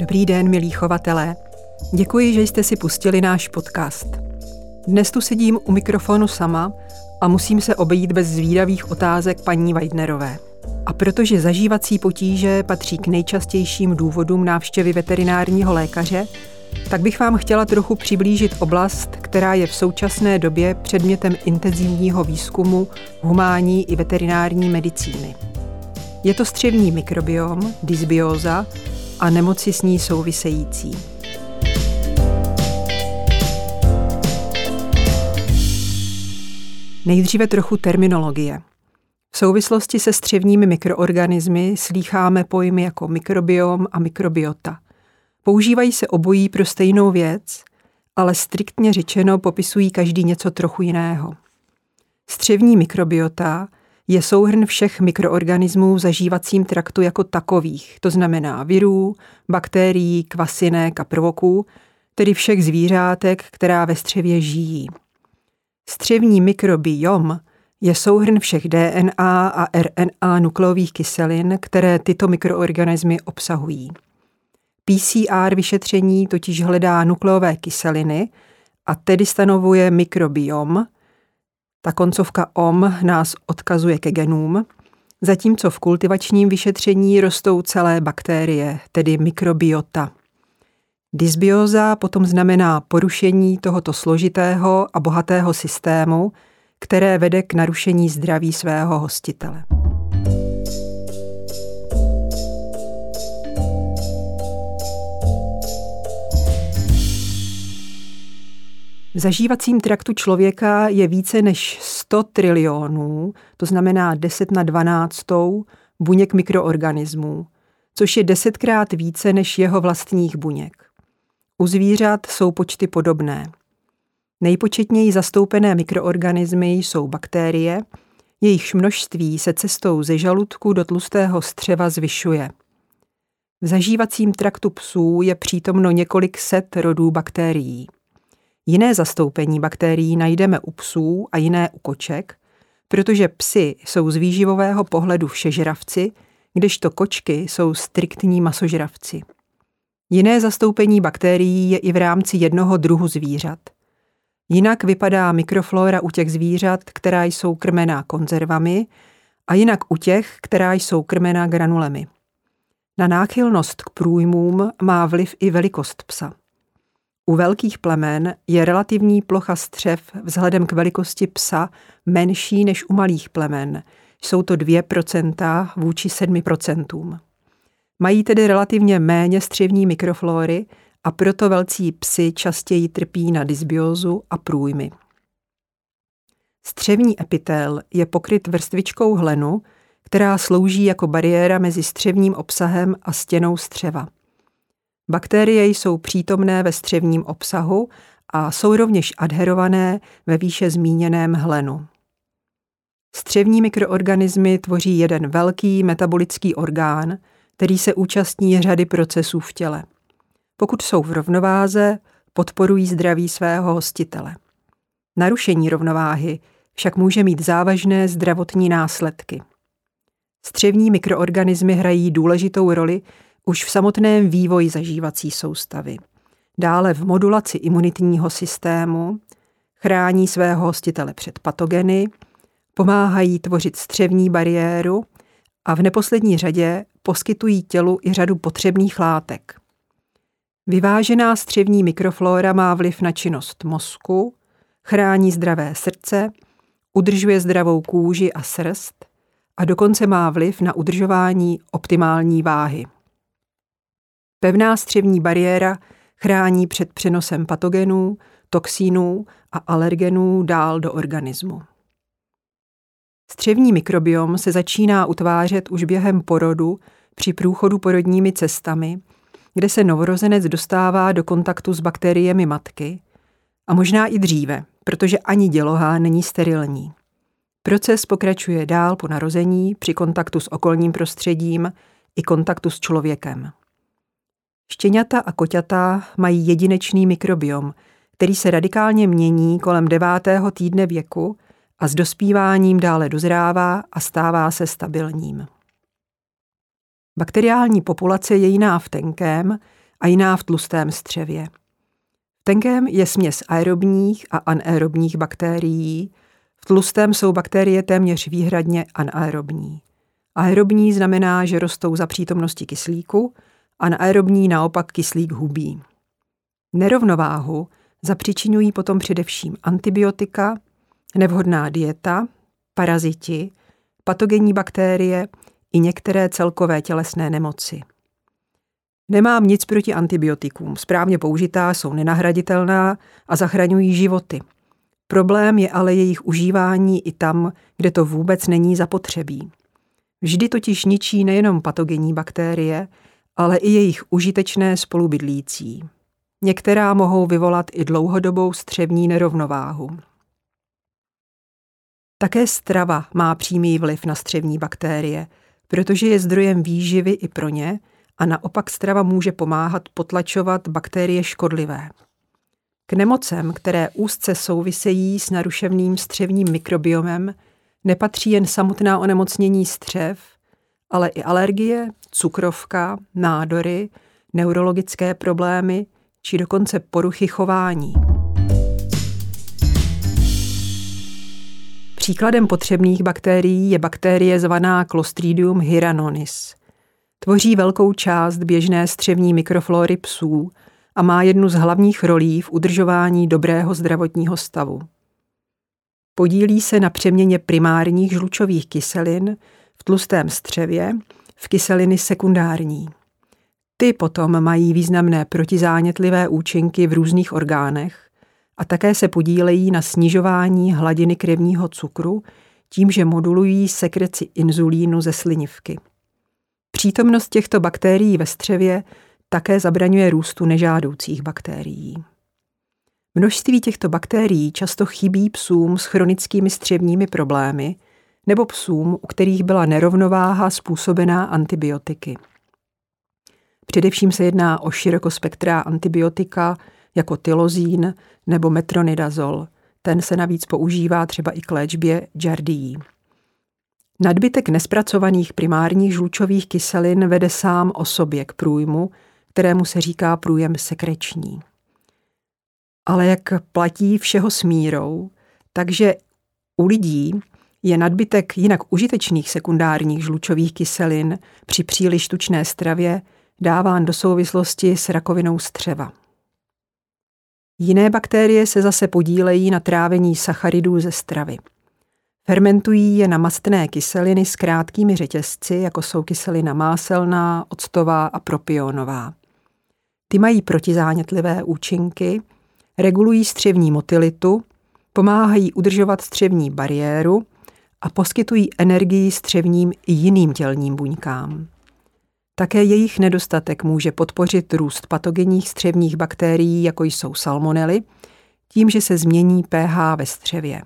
Dobrý den, milí chovatelé. Děkuji, že jste si pustili náš podcast. Dnes tu sedím u mikrofonu sama a musím se obejít bez zvídavých otázek paní Weidnerové. A protože zažívací potíže patří k nejčastějším důvodům návštěvy veterinárního lékaře, tak bych vám chtěla trochu přiblížit oblast, která je v současné době předmětem intenzivního výzkumu humánní i veterinární medicíny. Je to střevní mikrobiom, dysbióza a nemoci s ní související. Nejdříve trochu terminologie. V souvislosti se střevními mikroorganismy slýcháme pojmy jako mikrobiom a mikrobiota. Používají se obojí pro stejnou věc, ale striktně řečeno popisují každý něco trochu jiného. Střevní mikrobiota je souhrn všech mikroorganismů v zažívacím traktu jako takových, to znamená virů, bakterií, kvasinek a prvoků, tedy všech zvířátek, která ve střevě žijí. Střevní mikrobiom je souhrn všech DNA a RNA nukleových kyselin, které tyto mikroorganismy obsahují. PCR vyšetření totiž hledá nukleové kyseliny a tedy stanovuje mikrobiom. Ta koncovka -om nás odkazuje ke genům, zatímco v kultivačním vyšetření rostou celé bakterie, tedy mikrobiota. Dysbióza potom znamená porušení tohoto složitého a bohatého systému, které vede k narušení zdraví svého hostitele. V zažívacím traktu člověka je více než 100 trilionů, to znamená 10 na 12 buněk mikroorganismů, což je 10krát více než jeho vlastních buněk. U zvířat jsou počty podobné. Nejpočetněji zastoupené mikroorganismy jsou bakterie, jejichž množství se cestou ze žaludku do tlustého střeva zvyšuje. V zažívacím traktu psů je přítomno několik set rodů bakterií. Jiné zastoupení bakterií najdeme u psů a jiné u koček, protože psi jsou z výživového pohledu všežravci, kdežto kočky jsou striktní masožravci. Jiné zastoupení bakterií je i v rámci jednoho druhu zvířat. Jinak vypadá mikroflora u těch zvířat, která jsou krmená konzervami, a jinak u těch, která jsou krmená granulemi. Na náchylnost k průjmům má vliv i velikost psa. U velkých plemen je relativní plocha střev vzhledem k velikosti psa menší než u malých plemen. Jsou to 2% vůči 7%. Mají tedy relativně méně střevní mikroflóry a proto velcí psi častěji trpí na dysbiózu a průjmy. Střevní epitel je pokryt vrstvičkou hlenu, která slouží jako bariéra mezi střevním obsahem a stěnou střeva. Bakterie jsou přítomné ve střevním obsahu a jsou rovněž adherované ve výše zmíněném hlenu. Střevní mikroorganismy tvoří jeden velký metabolický orgán, který se účastní řady procesů v těle. Pokud jsou v rovnováze, podporují zdraví svého hostitele. Narušení rovnováhy však může mít závažné zdravotní následky. Střevní mikroorganismy hrají důležitou roli už v samotném vývoji zažívací soustavy. Dále v modulaci imunitního systému, chrání svého hostitele před patogeny, pomáhají tvořit střevní bariéru a v neposlední řadě poskytují tělu i řadu potřebných látek. Vyvážená střevní mikroflóra má vliv na činnost mozku, chrání zdravé srdce, udržuje zdravou kůži a srst a dokonce má vliv na udržování optimální váhy. Pevná střevní bariéra chrání před přenosem patogenů, toxínů a alergenů dál do organismu. Střevní mikrobiom se začíná utvářet už během porodu při průchodu porodními cestami, kde se novorozenec dostává do kontaktu s bakteriemi matky a možná i dříve, protože ani děloha není sterilní. Proces pokračuje dál po narození při kontaktu s okolním prostředím i kontaktu s člověkem. Štěňata a koťata mají jedinečný mikrobiom, který se radikálně mění kolem 9. týdne věku a s dospíváním dále dozrává a stává se stabilním. Bakteriální populace je jiná v tenkém a jiná v tlustém střevě. V tenkém je směs aerobních a anaerobních bakterií, v tlustém jsou bakterie téměř výhradně anaerobní. Aerobní znamená, že rostou za přítomnosti kyslíku, anaerobní naopak kyslík hubí. Nerovnováhu zapříčiňují potom především antibiotika, nevhodná dieta, paraziti, patogenní bakterie i některé celkové tělesné nemoci. Nemám nic proti antibiotikům, správně použitá jsou nenahraditelná a zachraňují životy. Problém je ale jejich užívání i tam, kde to vůbec není zapotřebí. Vždy totiž ničí nejenom patogenní bakterie, ale i jejich užitečné spolubydlící. Některá mohou vyvolat i dlouhodobou střevní nerovnováhu. Také strava má přímý vliv na střevní bakterie, protože je zdrojem výživy i pro ně a naopak strava může pomáhat potlačovat bakterie škodlivé. K nemocem, které úzce souvisejí s narušeným střevním mikrobiomem, nepatří jen samotná onemocnění střev, ale i alergie, cukrovka, nádory, neurologické problémy či dokonce poruchy chování. Příkladem potřebných bakterií je bakterie zvaná Clostridium hiranonis. Tvoří velkou část běžné střevní mikroflóry psů a má jednu z hlavních rolí v udržování dobrého zdravotního stavu. Podílí se na přeměně primárních žlučových kyselin v tlustém střevě v kyseliny sekundární. Ty potom mají významné protizánětlivé účinky v různých orgánech a také se podílejí na snižování hladiny krevního cukru tím, že modulují sekreci inzulínu ze slinivky. Přítomnost těchto bakterií ve střevě také zabraňuje růstu nežádoucích bakterií. Množství těchto bakterií často chybí psům s chronickými střevními problémy nebo psům, u kterých byla nerovnováha způsobená antibiotiky. Především se jedná o širokospektrá antibiotika jako tylozín nebo metronidazol. Ten se navíc používá třeba i k léčbě giardií. Nadbytek nespracovaných primárních žlučových kyselin vede sám o sobě k průjmu, kterému se říká průjem sekreční. Ale jak platí všeho s mírou, takže u lidí je nadbytek jinak užitečných sekundárních žlučových kyselin při příliš tučné stravě dáván do souvislosti s rakovinou střeva. Jiné bakterie se zase podílejí na trávení sacharidů ze stravy. Fermentují je na mastné kyseliny s krátkými řetězci, jako jsou kyselina máselná, octová a propionová. Ty mají protizánětlivé účinky, regulují střevní motilitu, pomáhají udržovat střevní bariéru a poskytují energii střevním i jiným tělním buňkám. Také jejich nedostatek může podpořit růst patogenních střevních bakterií, jako jsou salmonely, tím, že se změní pH ve střevě.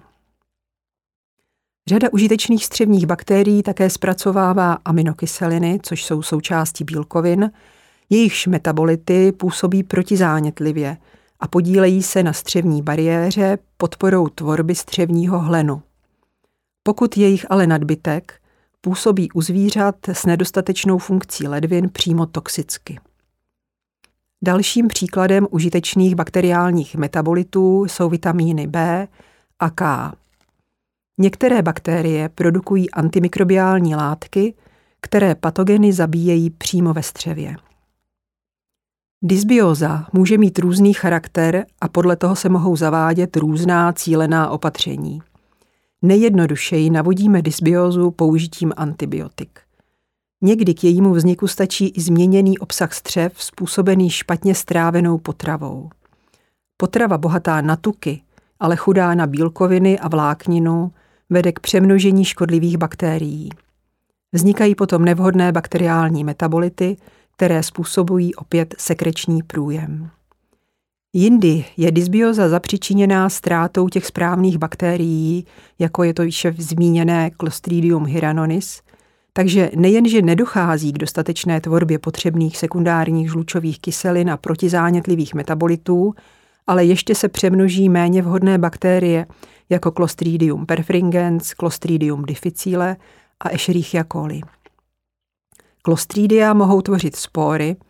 Řada užitečných střevních bakterií také zpracovává aminokyseliny, což jsou součástí bílkovin, jejichž metabolity působí protizánětlivě a podílejí se na střevní bariéře podporou tvorby střevního hlenu. Pokud je jich ale nadbytek, působí u zvířat s nedostatečnou funkcí ledvin přímo toxicky. Dalším příkladem užitečných bakteriálních metabolitů jsou vitamíny B a K. Některé bakterie produkují antimikrobiální látky, které patogeny zabíjejí přímo ve střevě. Dysbióza může mít různý charakter a podle toho se mohou zavádět různá cílená opatření. Nejjednodušeji navodíme dysbiózu použitím antibiotik. Někdy k jejímu vzniku stačí i změněný obsah střev způsobený špatně strávenou potravou. Potrava bohatá na tuky, ale chudá na bílkoviny a vlákninu, vede k přemnožení škodlivých bakterií. Vznikají potom nevhodné bakteriální metabolity, které způsobují opět sekreční průjem. Jindy je dysbióza zapříčiněná ztrátou těch správných bakterií, jako je to již zmíněné Clostridium hiranonis, takže nejenže nedochází k dostatečné tvorbě potřebných sekundárních žlučových kyselin a protizánětlivých metabolitů, ale ještě se přemnoží méně vhodné bakterie, jako Clostridium perfringens, Clostridium difficile a Escherichia coli. Clostridia mohou tvořit spory,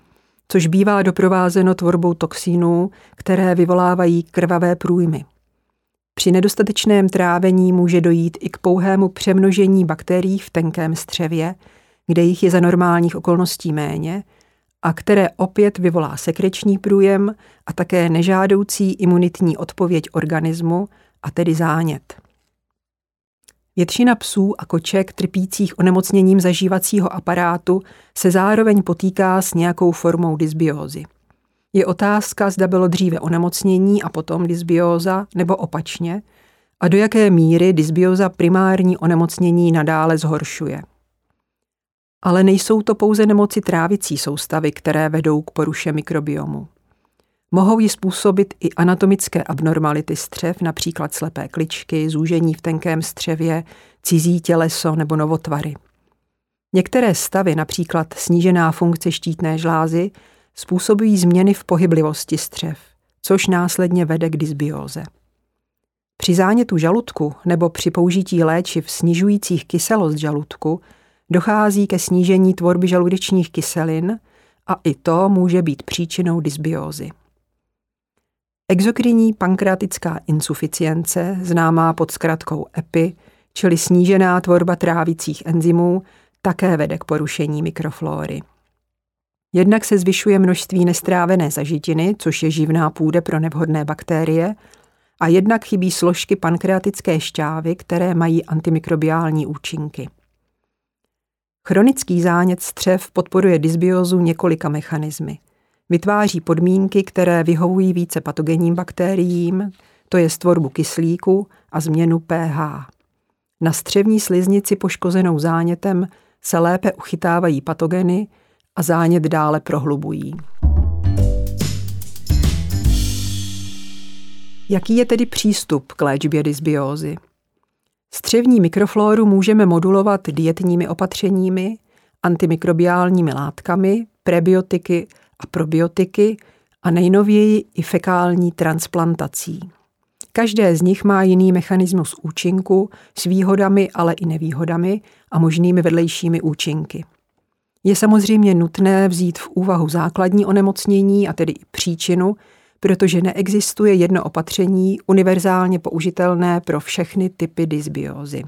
což bývá doprovázeno tvorbou toxínů, které vyvolávají krvavé průjmy. Při nedostatečném trávení může dojít i k pouhému přemnožení bakterií v tenkém střevě, kde jich je za normálních okolností méně, a které opět vyvolá sekreční průjem a také nežádoucí imunitní odpověď organismu, a tedy zánět. Většina psů a koček trpících onemocněním zažívacího aparátu se zároveň potýká s nějakou formou dysbiózy. Je otázka, zda bylo dříve onemocnění a potom dysbióza, nebo opačně, a do jaké míry dysbióza primární onemocnění nadále zhoršuje. Ale nejsou to pouze nemoci trávicí soustavy, které vedou k poruše mikrobiomu. Mohou ji způsobit i anatomické abnormality střev, například slepé kličky, zúžení v tenkém střevě, cizí těleso nebo novotvary. Některé stavy, například snížená funkce štítné žlázy, způsobují změny v pohyblivosti střev, což následně vede k dysbióze. Při zánětu žaludku nebo při použití léčiv snižujících kyselost žaludku dochází ke snížení tvorby žaludečních kyselin a i to může být příčinou dysbiózy. Exokrinní pankreatická insuficience, známá pod zkratkou EPI, čili snížená tvorba trávicích enzymů, také vede k porušení mikroflóry. Jednak se zvyšuje množství nestrávené zažitiny, což je živná půda pro nevhodné bakterie, a jednak chybí složky pankreatické šťávy, které mají antimikrobiální účinky. Chronický zánět střev podporuje dysbiózu několika mechanismy. Vytváří podmínky, které vyhovují více patogenním bakteriím, to je tvorbu kyslíku a změnu pH. Na střevní sliznici poškozenou zánětem se lépe uchytávají patogeny a zánět dále prohlubují. Jaký je tedy přístup k léčbě dysbiózy? Střevní mikroflóru můžeme modulovat dietními opatřeními, antimikrobiálními látkami, prebiotiky a probiotiky a nejnověji i fekální transplantací. Každé z nich má jiný mechanismus účinku s výhodami, ale i nevýhodami a možnými vedlejšími účinky. Je samozřejmě nutné vzít v úvahu základní onemocnění, a tedy i příčinu, protože neexistuje jedno opatření univerzálně použitelné pro všechny typy dysbiózy.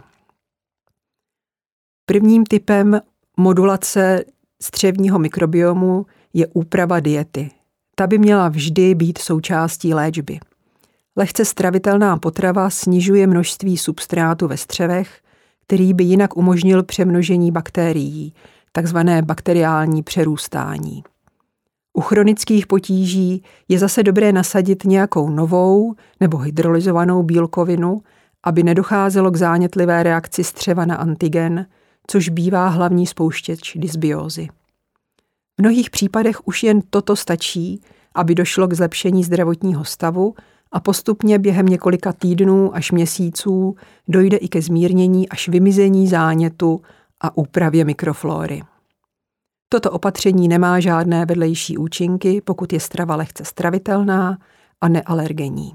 Prvním typem modulace střevního mikrobiomu je úprava diety. Ta by měla vždy být součástí léčby. Lehce stravitelná potrava snižuje množství substrátu ve střevech, který by jinak umožnil přemnožení bakterií, takzvané bakteriální přerůstání. U chronických potíží je zase dobré nasadit nějakou novou nebo hydrolyzovanou bílkovinu, aby nedocházelo k zánětlivé reakci střeva na antigen, což bývá hlavní spouštěč dysbiózy. V mnohých případech už jen toto stačí, aby došlo k zlepšení zdravotního stavu a postupně během několika týdnů až měsíců dojde i ke zmírnění až vymizení zánětu a úpravě mikroflóry. Toto opatření nemá žádné vedlejší účinky, pokud je strava lehce stravitelná a nealergenní.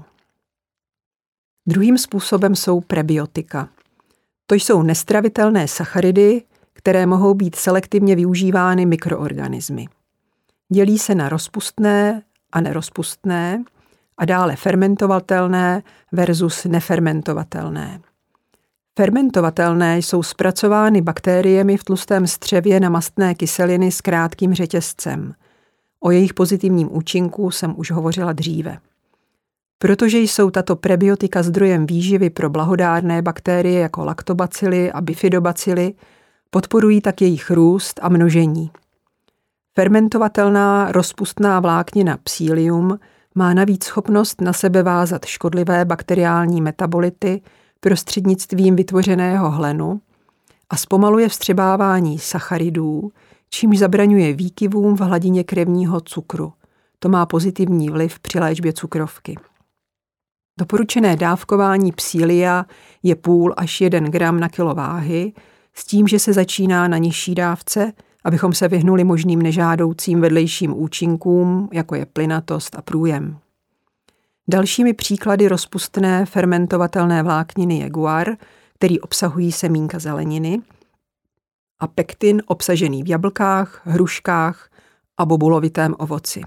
Druhým způsobem jsou prebiotika. To jsou nestravitelné sacharidy, které mohou být selektivně využívány mikroorganismy. Dělí se na rozpustné a nerozpustné a dále fermentovatelné versus nefermentovatelné. Fermentovatelné jsou zpracovány bakteriemi v tlustém střevě na mastné kyseliny s krátkým řetězcem. O jejich pozitivním účinku jsem už hovořila dříve. Protože jsou tato prebiotika zdrojem výživy pro blahodárné bakterie jako laktobacily a bifidobacily, podporují tak jejich růst a množení. Fermentovatelná rozpustná vláknina psyllium má navíc schopnost na sebe vázat škodlivé bakteriální metabolity prostřednictvím vytvořeného hlenu a zpomaluje vstřebávání sacharidů, čímž zabraňuje výkyvům v hladině krevního cukru. To má pozitivní vliv při léčbě cukrovky. Doporučené dávkování psyllia je 0,5 až 1 gram na kilo váhy, s tím, že se začíná na nižší dávce, abychom se vyhnuli možným nežádoucím vedlejším účinkům, jako je plynatost a průjem. Dalšími příklady rozpustné fermentovatelné vlákniny je guar, který obsahují semínka zeleniny, a pektin obsažený v jablkách, hruškách a bobulovitém ovoci.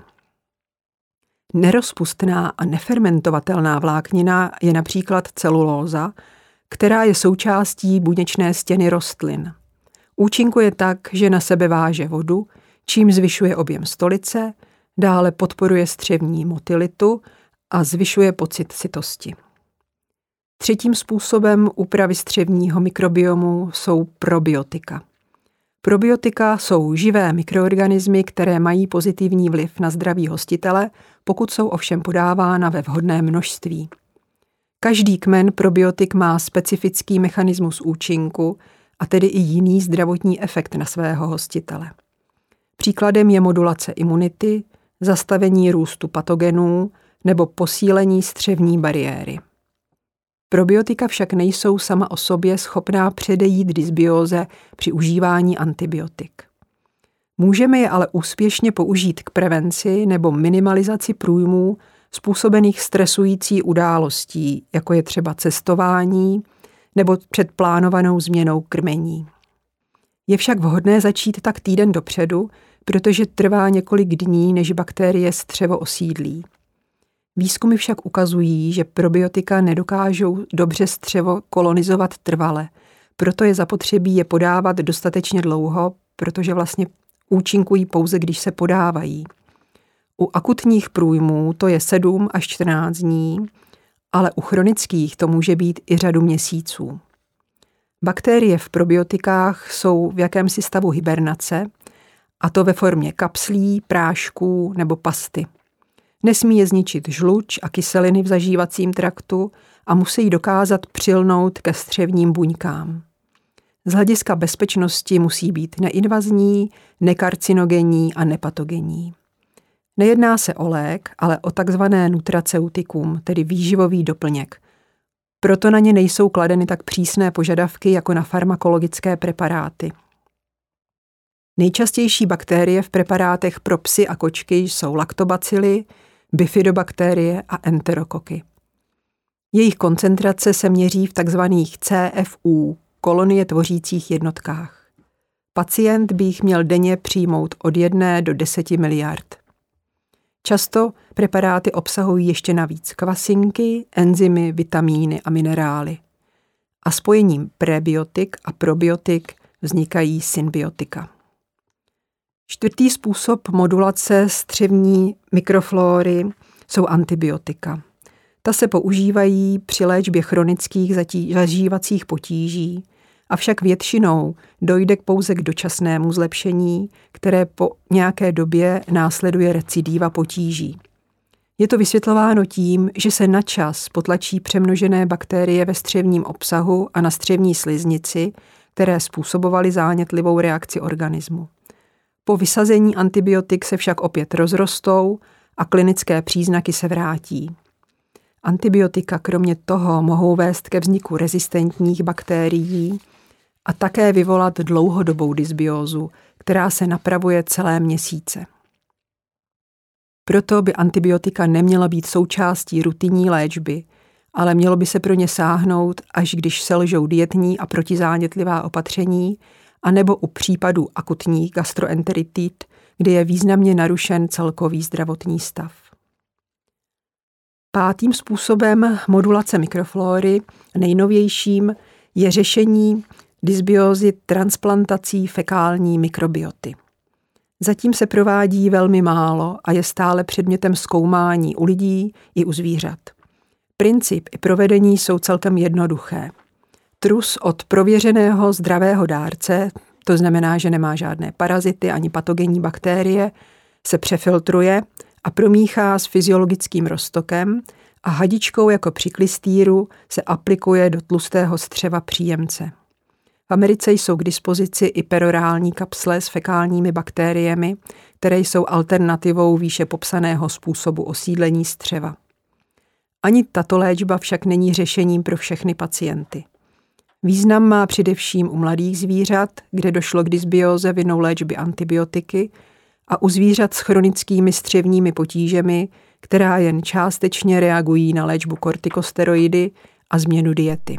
Nerozpustná a nefermentovatelná vláknina je například celulóza, která je součástí buněčné stěny rostlin. Účinkuje tak, že na sebe váže vodu, čím zvyšuje objem stolice, dále podporuje střevní motilitu a zvyšuje pocit sytosti. Třetím způsobem úpravy střevního mikrobiomu jsou probiotika. Probiotika jsou živé mikroorganismy, které mají pozitivní vliv na zdraví hostitele, pokud jsou ovšem podávána ve vhodném množství. Každý kmen probiotik má specifický mechanismus účinku a tedy i jiný zdravotní efekt na svého hostitele. Příkladem je modulace imunity, zastavení růstu patogenů nebo posílení střevní bariéry. Probiotika však nejsou sama o sobě schopná předejít dysbióze při užívání antibiotik. Můžeme je ale úspěšně použít k prevenci nebo minimalizaci průjmů způsobených stresující událostí, jako je třeba cestování nebo před plánovanou změnou krmení. Je však vhodné začít tak týden dopředu, protože trvá několik dní, než bakterie střevo osídlí. Výzkumy však ukazují, že probiotika nedokážou dobře střevo kolonizovat trvale, proto je zapotřebí je podávat dostatečně dlouho, protože vlastně účinkují pouze, když se podávají. U akutních průjmů to je 7 až 14 dní, ale u chronických to může být i řadu měsíců. Bakterie v probiotikách jsou v jakémsi stavu hibernace, a to ve formě kapslí, prášků nebo pasty. Nesmí je zničit žluč a kyseliny v zažívacím traktu a musí dokázat přilnout ke střevním buňkám. Z hlediska bezpečnosti musí být neinvazní, nekarcinogenní a nepatogenní. Nejedná se o lék, ale o takzvané nutraceutikum, tedy výživový doplněk. Proto na ně nejsou kladeny tak přísné požadavky jako na farmakologické preparáty. Nejčastější bakterie v preparátech pro psy a kočky jsou laktobacily, bifidobakterie a enterokoky. Jejich koncentrace se měří v takzvaných CFU, kolonie tvořících jednotkách. Pacient by jich měl denně přijmout od 1 do 10 miliard. Často preparáty obsahují ještě navíc kvasinky, enzymy, vitamíny a minerály. A spojením prebiotik a probiotik vznikají symbiotika. Čtvrtý způsob modulace střevní mikroflóry jsou antibiotika. Ta se používají při léčbě chronických zažívacích potíží, avšak většinou dojde pouze k dočasnému zlepšení, které po nějaké době následuje recidiva potíží. Je to vysvětlováno tím, že se na čas potlačí přemnožené bakterie ve střevním obsahu a na střevní sliznici, které způsobovaly zánětlivou reakci organismu. Po vysazení antibiotik se však opět rozrostou a klinické příznaky se vrátí. Antibiotika kromě toho mohou vést ke vzniku rezistentních bakterií a také vyvolat dlouhodobou dysbiózu, která se napravuje celé měsíce. Proto by antibiotika neměla být součástí rutinní léčby, ale mělo by se pro ně sáhnout, až když selžou dietní a protizánětlivá opatření, anebo u případů akutních gastroenteritit, kdy je významně narušen celkový zdravotní stav. Pátým způsobem modulace mikroflóry, nejnovějším, je řešení dysbiózy transplantací fekální mikrobioty. Zatím se provádí velmi málo a je stále předmětem zkoumání u lidí i u zvířat. Princip i provedení jsou celkem jednoduché. Trus od prověřeného zdravého dárce, to znamená, že nemá žádné parazity ani patogenní bakterie, se přefiltruje a promíchá s fyziologickým roztokem a hadičkou jako při klystýru se aplikuje do tlustého střeva příjemce. V Americe jsou k dispozici i perorální kapsle s fekálními bakteriemi, které jsou alternativou výše popsaného způsobu osídlení střeva. Ani tato léčba však není řešením pro všechny pacienty. Význam má především u mladých zvířat, kde došlo k dysbióze vinou léčby antibiotiky, a u zvířat s chronickými střevními potížemi, která jen částečně reagují na léčbu kortikosteroidy a změnu diety.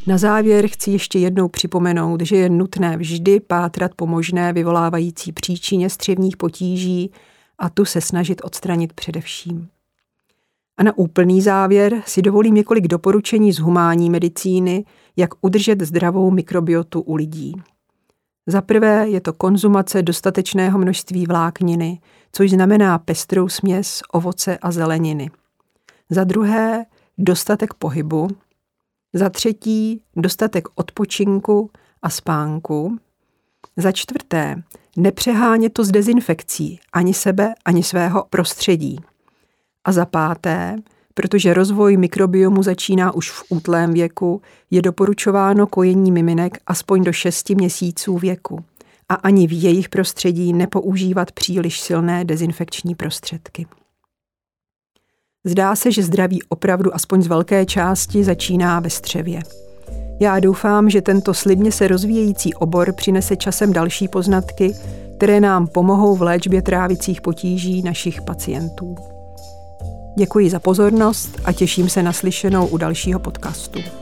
Na závěr chci ještě jednou připomenout, že je nutné vždy pátrat po možné vyvolávající příčině střevních potíží a tu se snažit odstranit především. A na úplný závěr si dovolím několik doporučení z humánní medicíny, jak udržet zdravou mikrobiotu u lidí. Za prvé je to konzumace dostatečného množství vlákniny, což znamená pestrou směs ovoce a zeleniny. Za druhé dostatek pohybu. Za třetí dostatek odpočinku a spánku. Za čtvrté nepřehánět to s dezinfekcí ani sebe, ani svého prostředí. A za páté, protože rozvoj mikrobiomu začíná už v útlém věku, je doporučováno kojení miminek aspoň do 6 měsíců věku a ani v jejich prostředí nepoužívat příliš silné dezinfekční prostředky. Zdá se, že zdraví opravdu aspoň z velké části začíná ve střevě. Já doufám, že tento slibně se rozvíjející obor přinese časem další poznatky, které nám pomohou v léčbě trávicích potíží našich pacientů. Děkuji za pozornost a těším se na slyšenou u dalšího podcastu.